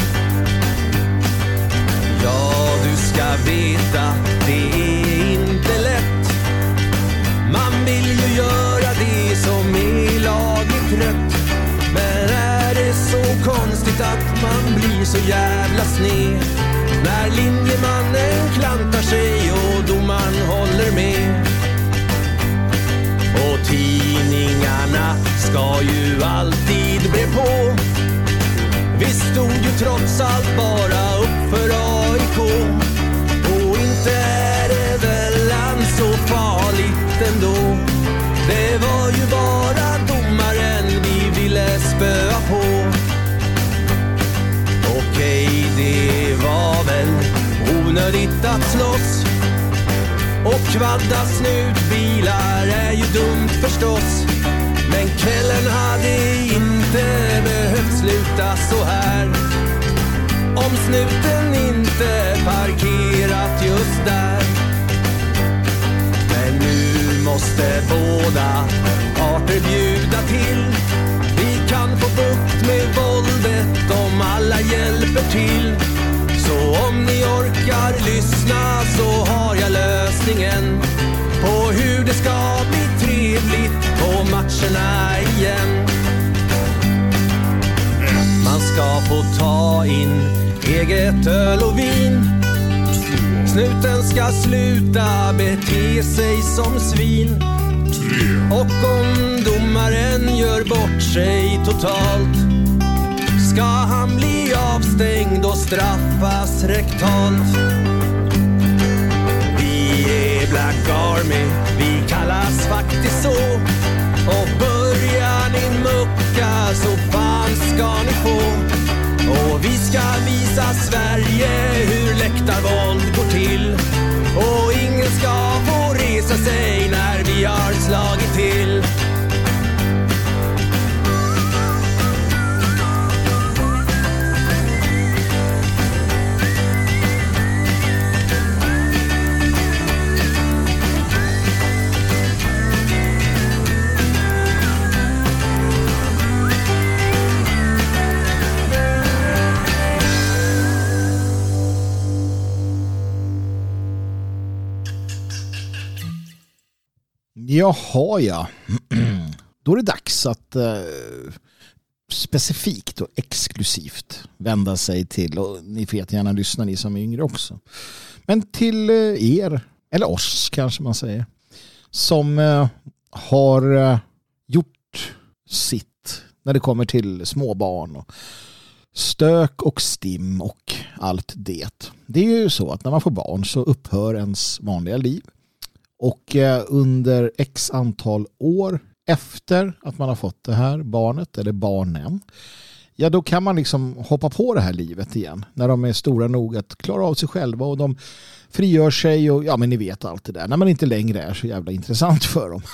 Ja, du ska veta, det är inte lätt. Man vill ju göra det som är lagligt rätt. Men är det så konstigt att man blir så jävla sned när linjemannen klantar sig och domaren håller med? Och tidningarna ska ju alltid bre på. Vi stod ju trots allt bara upp för A I K. Och inte är det väl än så farligt ändå. Det var ju bara domaren vi ville spöa på. Okej, det var väl onödigt att slåss. Och kvadda snutbilar är ju dumt förstås. Men kvällen hade inte behövt sluta så här om snuten inte parkerat just där. Men nu måste båda parter bjuda till. Vi kan få bukt med våldet om alla hjälper till. Så om ni orkar lyssna så har jag lösningen på hur det ska bli trevligt på matcherna igen. Man ska få ta in eget öl och vin. Snuten ska sluta bete sig som svin. Och om domaren gör bort sig totalt ska han bli avstängd och straffas rektalt. Vi är Black Army, vi kallas faktiskt så. Och börjar ni mucka så fan ska ni få. Och vi ska visa Sverige hur läktarvåld går till. Och ingen ska få resa sig när vi har slagit till. Jaha, ja. Då är det dags att uh, specifikt och exklusivt vända sig till, och ni får gärna lyssna ni som är yngre också, men till er, eller oss kanske man säger, som eh, har eh, gjort sitt när det kommer till småbarn och stök och stim och allt det. Det är ju så att när man får barn så upphör ens vanliga liv, och eh, under x antal år efter att man har fått det här barnet eller barnen, ja då kan man liksom hoppa på det här livet igen när de är stora nog att klara av sig själva och de frigör sig och ja men ni vet allt det där, när man inte längre är så jävla intressant för dem.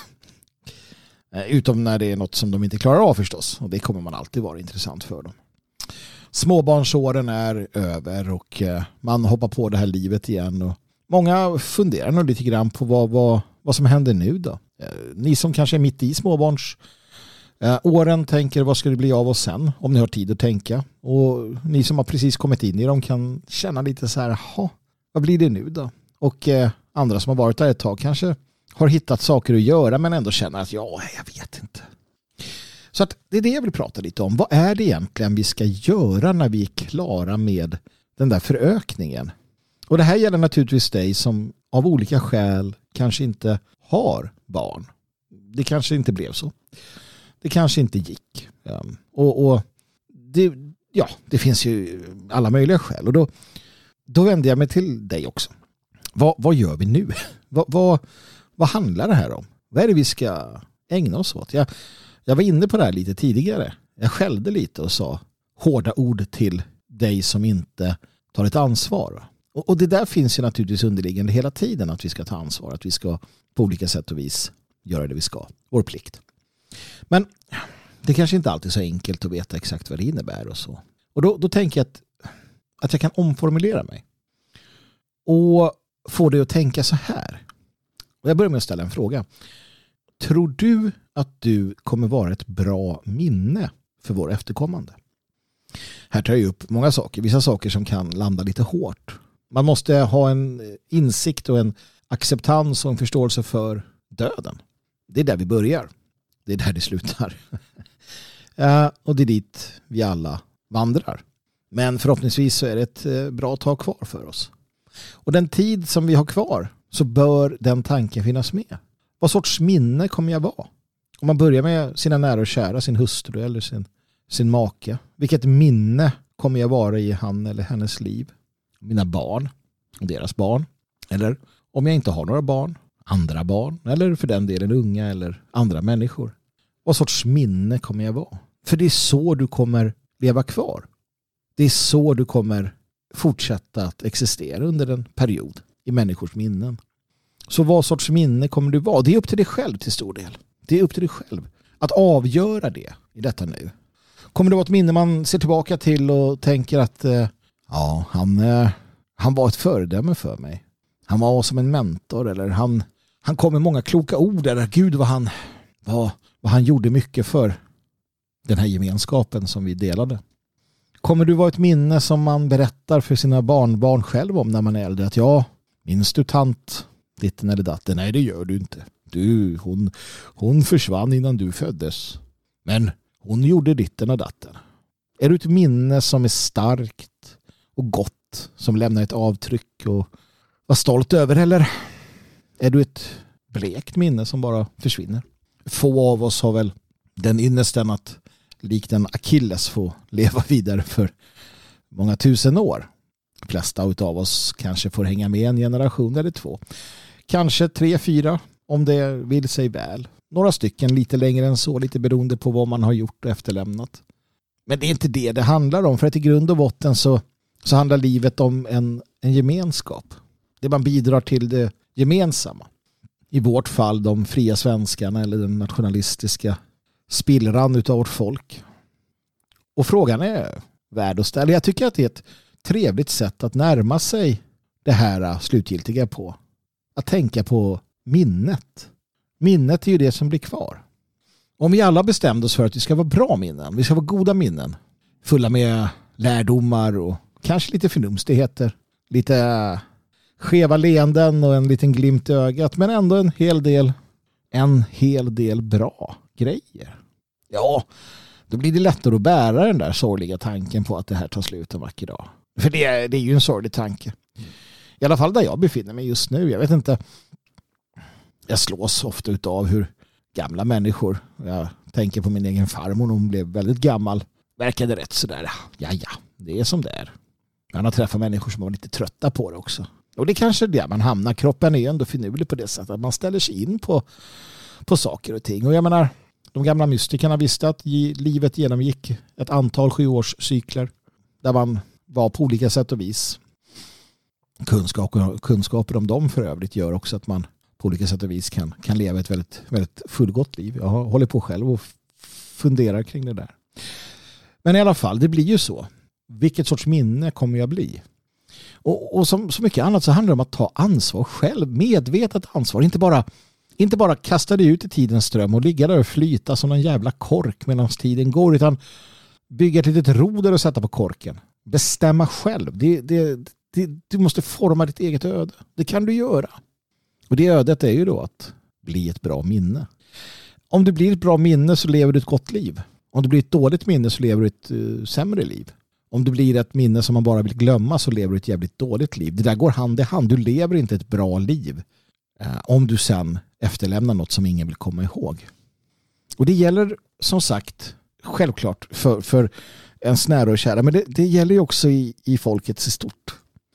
Utom när det är något som de inte klarar av förstås, och det kommer man alltid vara intressant för dem. Småbarnsåren är över och man hoppar på det här livet igen, och många funderar nog lite grann på vad, vad, vad som händer nu då. Ni som kanske är mitt i småbarns eh, åren tänker vad ska det bli av oss sen, om ni har tid att tänka, och ni som har precis kommit in i dem kan känna lite så här, vad blir det nu då? Och eh, andra som har varit där ett tag kanske har hittat saker att göra men ändå känner att ja, jag vet inte. Så att det är det jag vill prata lite om. Vad är det egentligen vi ska göra när vi är klara med den där förökningen? Och det här gäller naturligtvis dig som av olika skäl kanske inte har barn. Det kanske inte blev så. Det kanske inte gick. Um, och och det, ja, det finns ju alla möjliga skäl. Och då, då vänder jag mig till dig också. Vad, vad gör vi nu? vad, vad, vad handlar det här om? Vad är det vi ska ägna oss åt? Jag, jag var inne på det här lite tidigare. Jag skällde lite och sa hårda ord till dig som inte tar ett ansvar. Och, och det där finns ju naturligtvis underliggande hela tiden, att vi ska ta ansvar. Att vi ska på olika sätt och vis göra det vi ska. Vår plikt. Men det kanske inte alltid är så enkelt att veta exakt vad det innebär och så. Och då, då tänker jag att, att jag kan omformulera mig. Och få dig att tänka så här. Och jag börjar med att ställa en fråga. Tror du att du kommer vara ett bra minne för vår efterkommande? Här tar jag upp många saker. Vissa saker som kan landa lite hårt. Man måste ha en insikt och en acceptans och en förståelse för döden. Det är där vi börjar. Det är där det slutar. Ja, och det är dit vi alla vandrar. Men förhoppningsvis så är det ett bra tag kvar för oss. Och den tid som vi har kvar så bör den tanken finnas med. Vad sorts minne kommer jag vara? Om man börjar med sina nära och kära, sin hustru eller sin, sin make. Vilket minne kommer jag vara i han eller hennes liv? Mina barn och deras barn. Eller om jag inte har några barn, andra barn. Eller för den delen unga eller andra människor. Vad sorts minne kommer jag vara? För det är så du kommer leva kvar. Det är så du kommer fortsätta att existera under en period i människors minnen. Så vad sorts minne kommer du vara? Det är upp till dig själv till stor del. Det är upp till dig själv att avgöra det i detta nu. Kommer det vara ett minne man ser tillbaka till och tänker att eh, ja, han, eh, han var ett föredöme för mig. Han var som en mentor, eller han, han kom med många kloka ord, eller gud vad han, vad, vad han gjorde mycket för den här gemenskapen som vi delade. Kommer du vara ett minne som man berättar för sina barnbarn själv om när man är äldre? Att ja, minns du tant ditten eller datten? Nej, det gör du inte. Du, hon, hon försvann innan du föddes. Men hon gjorde ditten och datten. Är du ett minne som är starkt och gott, som lämnar ett avtryck och var stolt över, eller är du ett blekt minne som bara försvinner? Få av oss har väl den ynnesten att likt en Achilles få leva vidare för många tusen år. De flesta av oss kanske får hänga med en generation eller två. Kanske tre, fyra om det vill sig väl. Några stycken lite längre än så, lite beroende på vad man har gjort och efterlämnat. Men det är inte det det handlar om, för att i grund och botten så, så handlar livet om en, en gemenskap. Det man bidrar till det gemensamma. I vårt fall de fria svenskarna eller den nationalistiska spillran utav vårt folk. Och frågan är värd att ställa. Jag tycker att det är ett trevligt sätt att närma sig det här slutgiltiga på. Att tänka på minnet. Minnet är ju det som blir kvar. Om vi alla bestämde oss för att vi ska vara bra minnen, vi ska vara goda minnen, fulla med lärdomar och kanske lite förnumstigheter, lite skeva leenden och en liten glimt i ögat, men ändå en hel del en hel del bra grejer. Ja, Då blir det lättare att bära den där sorgliga tanken på att det här tar slut en vacker dag. För det är, det är ju en sorglig tanke. I alla fall där jag befinner mig just nu. Jag vet inte. Jag slås ofta utav hur gamla människor. Jag tänker på min egen farmor. Hon blev väldigt gammal. Verkade rätt sådär. Ja, ja. Det är som det är. Man har träffat människor som var lite trötta på det också. Och det är kanske det man hamnar. Kroppen är ändå finurlig på det sättet. Att man ställer sig in på, på saker och ting. Och jag menar, de gamla mystikerna visste att livet genomgick ett antal sjuårscykler. Där man var på olika sätt och vis. Kunskaper, kunskaper om dem för övrigt gör också att man på olika sätt och vis kan, kan leva ett väldigt, väldigt fullgott liv. Jag håller på själv och funderar kring det där. Men i alla fall, det blir ju så. Vilket sorts minne kommer jag bli? Och, och som så mycket annat så handlar det om att ta ansvar själv. Medvetet ansvar. Inte bara, inte bara kasta dig ut i tidens ström och ligga där och flyta som en jävla kork medan tiden går. Utan bygga ett litet roder och sätta på korken. Bestämma själv. Det, det, det, du måste forma ditt eget öde. Det kan du göra. Och det ödet är ju då att bli ett bra minne. Om du blir ett bra minne så lever du ett gott liv. Om du blir ett dåligt minne så lever du ett uh, sämre liv. Om du blir ett minne som man bara vill glömma så lever du ett jävligt dåligt liv. Det där går hand i hand. Du lever inte ett bra liv uh, om du sen efterlämnar något som ingen vill komma ihåg. Och det gäller som sagt självklart för, för ens nära och kära. Men det, det gäller ju också i, i folkets i stort.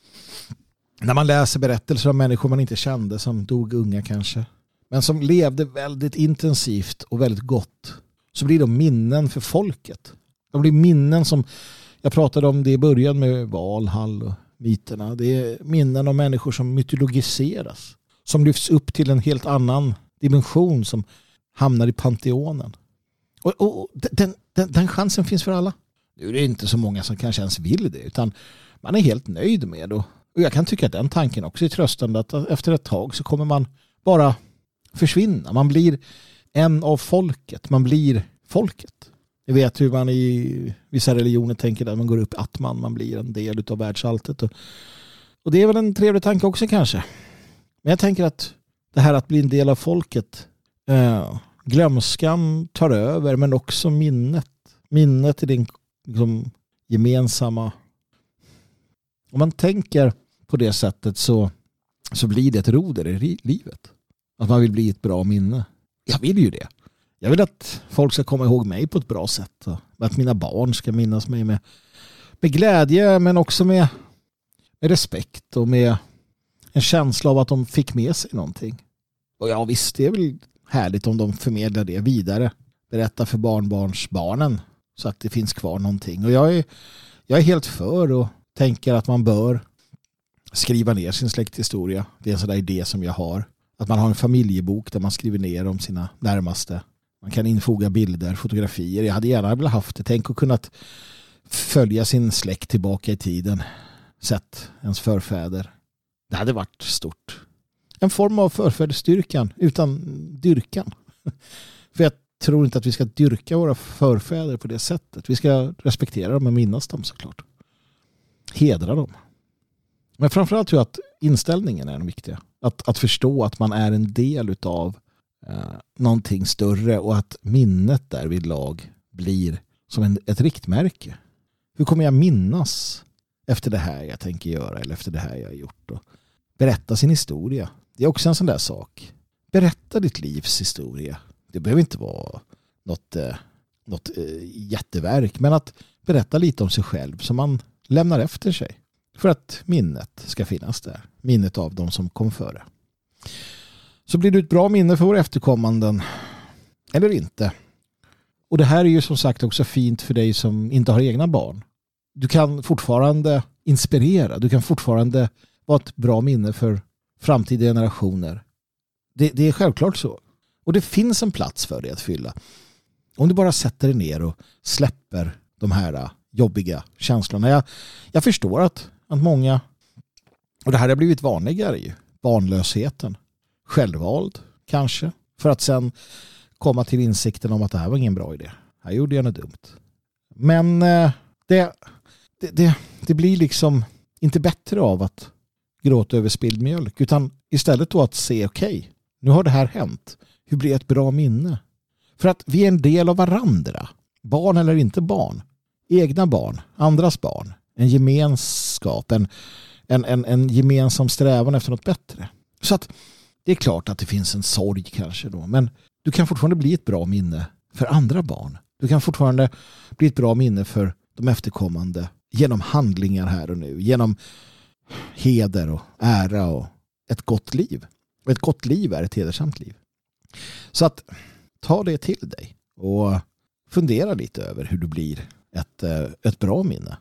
När man läser berättelser om människor man inte kände som dog unga kanske. Men som levde väldigt intensivt och väldigt gott. Så blir de minnen för folket. De blir minnen som jag pratade om det i början med Valhall och myterna. Det är minnen om människor som mytologiseras. Som lyfts upp till en helt annan dimension som hamnar i panteonen. Och, och den, den, den chansen finns för alla. Nu är det inte så många som kanske ens vill det. Utan man är helt nöjd med det. Och jag kan tycka att den tanken också är tröstande. Att efter ett tag så kommer man bara försvinna. Man blir en av folket. Man blir folket. Jag vet hur man i vissa religioner tänker att man går upp att man, man blir en del av världsalltet. Och, och det är väl en trevlig tanke också kanske. Men jag tänker att det här att bli en del av folket, äh, glömskan tar över, men också minnet. Minnet är din liksom, gemensamma. Om man tänker på det sättet så, så blir det ett roder i livet. Att man vill bli ett bra minne. Jag vill ju det. Jag vill att folk ska komma ihåg mig på ett bra sätt. Och att mina barn ska minnas mig med, med glädje, men också med, med respekt och med en känsla av att de fick med sig någonting. Och ja, visst, det är väl härligt om de förmedlar det vidare. Berätta för barnbarnsbarnen så att det finns kvar någonting. Och jag är, jag är helt för och tänker att man bör skriva ner sin släkthistoria. Det är en sån där idé som jag har. Att man har en familjebok där man skriver ner om sina närmaste. Man kan infoga bilder, fotografier. Jag hade gärna velat haft det. Tänk att kunna följa sin släkt tillbaka i tiden. Sett ens förfäder. Det hade varit stort. En form av förfädersstyrkan utan dyrkan. För jag tror inte att vi ska dyrka våra förfäder på det sättet. Vi ska respektera dem och minnas dem såklart. Hedra dem. Men framförallt tror jag att inställningen är den viktiga. Att, att förstå att man är en del utav eh, någonting större och att minnet där vid lag blir som en, ett riktmärke. Hur kommer jag minnas efter det här jag tänker göra eller efter det här jag har gjort? Och berätta sin historia. Det är också en sån där sak. Berätta ditt livs historia. Det behöver inte vara något, eh, något eh, jätteverk, men att berätta lite om sig själv som man lämnar efter sig. För att minnet ska finnas där. Minnet av de som kom före. Så blir det ett bra minne för våra efterkommanden. Eller inte. Och det här är ju som sagt också fint för dig som inte har egna barn. Du kan fortfarande inspirera. Du kan fortfarande vara ett bra minne för framtida generationer. Det, det är självklart så. Och det finns en plats för dig att fylla. Om du bara sätter dig ner och släpper de här jobbiga känslorna. Jag, jag förstår att, att många, och det här har blivit vanligare ju, barnlösheten, självvald kanske, för att sen komma till insikten om att det här var ingen bra idé. Här gjorde jag något dumt. Men eh, det, det, det, det blir liksom inte bättre av att gråta över spilld mjölk, utan istället då att se, okej, okay, nu har det här hänt. Hur blir ett bra minne? För att vi är en del av varandra. Barn eller inte barn. Egna barn, andras barn. En gemenskap, en, en, en, en gemensam strävan efter något bättre. Så att det är klart att det finns en sorg kanske då. Men du kan fortfarande bli ett bra minne för andra barn. Du kan fortfarande bli ett bra minne för de efterkommande genom handlingar här och nu. Genom heder och ära och ett gott liv. Och ett gott liv är ett hedersamt liv. Så att ta det till dig och fundera lite över hur du blir ett, ett bra minne.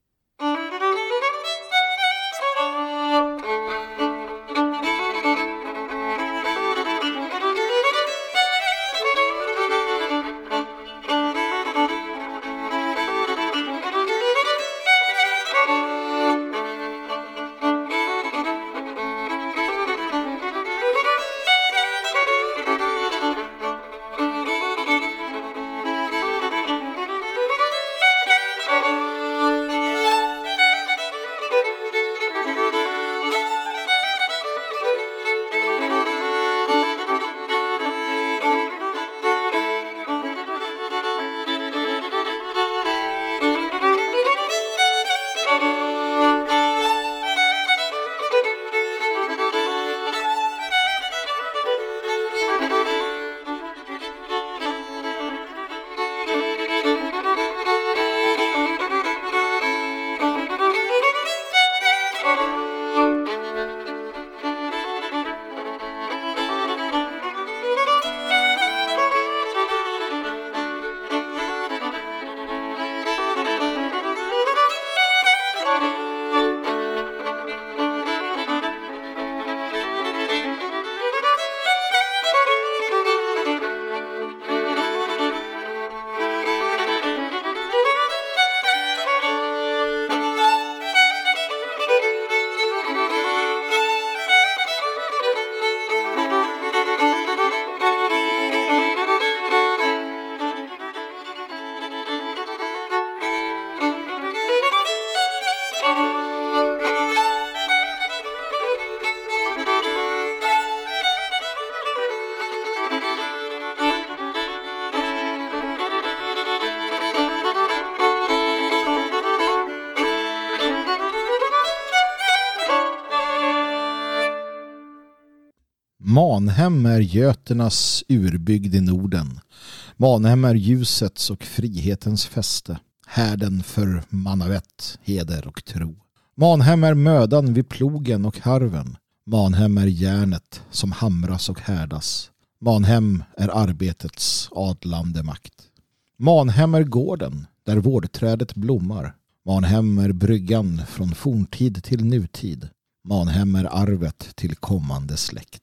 Manhem är göternas urbygd i Norden. Manhem är ljusets och frihetens fäste. Härden för manavett, heder och tro. Manhem är mödan vid plogen och harven. Manhem är järnet som hamras och härdas. Manhem är arbetets adlande makt. Manhem är gården där vårdträdet blommar. Manhem är bryggan från forntid till nutid. Manhem är arvet till kommande släkt.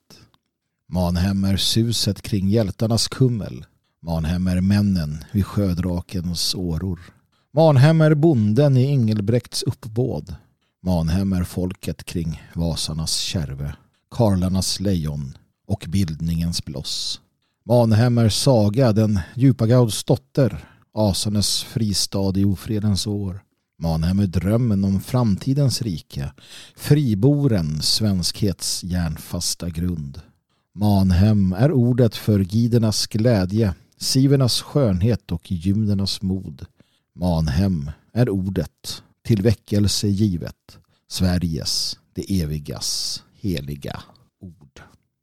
Manhem är suset kring hjältarnas kummel. Manhem är männen vid sjödrakens åror. Manhem är bonden i Engelbrekts uppbåd. Manhem är folket kring Vasarnas kärve, Karlarnas lejon och bildningens bloss. Manhem är saga den Djupagauds dotter, Asanes fristad i ofredens år. Manhem är drömmen om framtidens rike, friboren svenskhets järnfasta grund. Manhem är ordet för gidernas glädje, sivernas skönhet och junernas mod. Manhem är ordet till väckelse givet, Sveriges, det evigas heliga ord.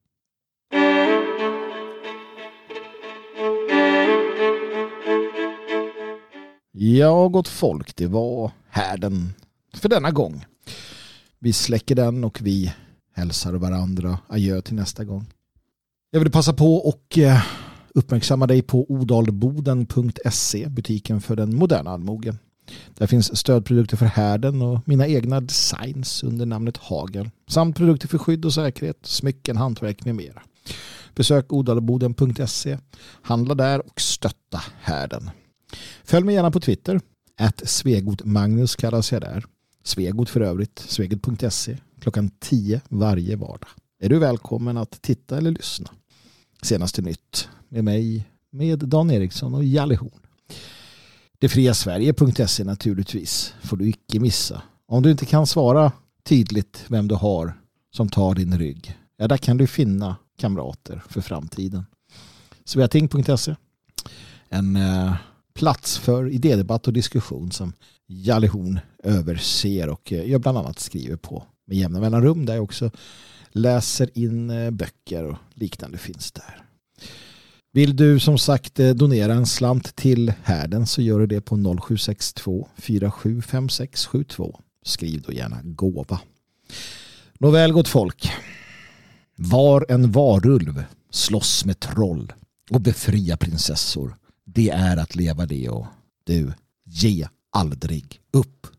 Ja, gott folk, det var härden för denna gång. Vi släcker den och vi hälsar varandra adjö till nästa gång. Jag vill passa på och uppmärksamma dig på odalboden punkt se, butiken för den moderna allmogen. Där finns stödprodukter för härden och mina egna designs under namnet Hagel. Samt produkter för skydd och säkerhet, smycken, hantverk med mera. Besök odalboden punkt se, handla där och stötta härden. Följ mig gärna på Twitter. At Svegot Magnus kallas jag där. Svegot för övrigt, svegot punkt se, klockan tio varje vardag. Är du välkommen att titta eller lyssna. Senaste nytt med mig, med Dan Eriksson och Jalle Horn. det fria sverige punkt se naturligtvis får du icke missa. Om du inte kan svara tydligt vem du har som tar din rygg, ja, där kan du finna kamrater för framtiden. sveating punkt se, en eh, plats för idédebatt och diskussion som Jalle Horn överser och jag bland annat skriver på med jämna mellanrum, där jag också läser in böcker och liknande finns där. Vill du som sagt donera en slant till härden så gör du det på noll sju sex två fyra sju fem sex sju två. Skriv då gärna gåva. Nåväl, gott folk. Var en varulv slåss med troll och befria prinsessor. Det är att leva det, och du, ge aldrig upp.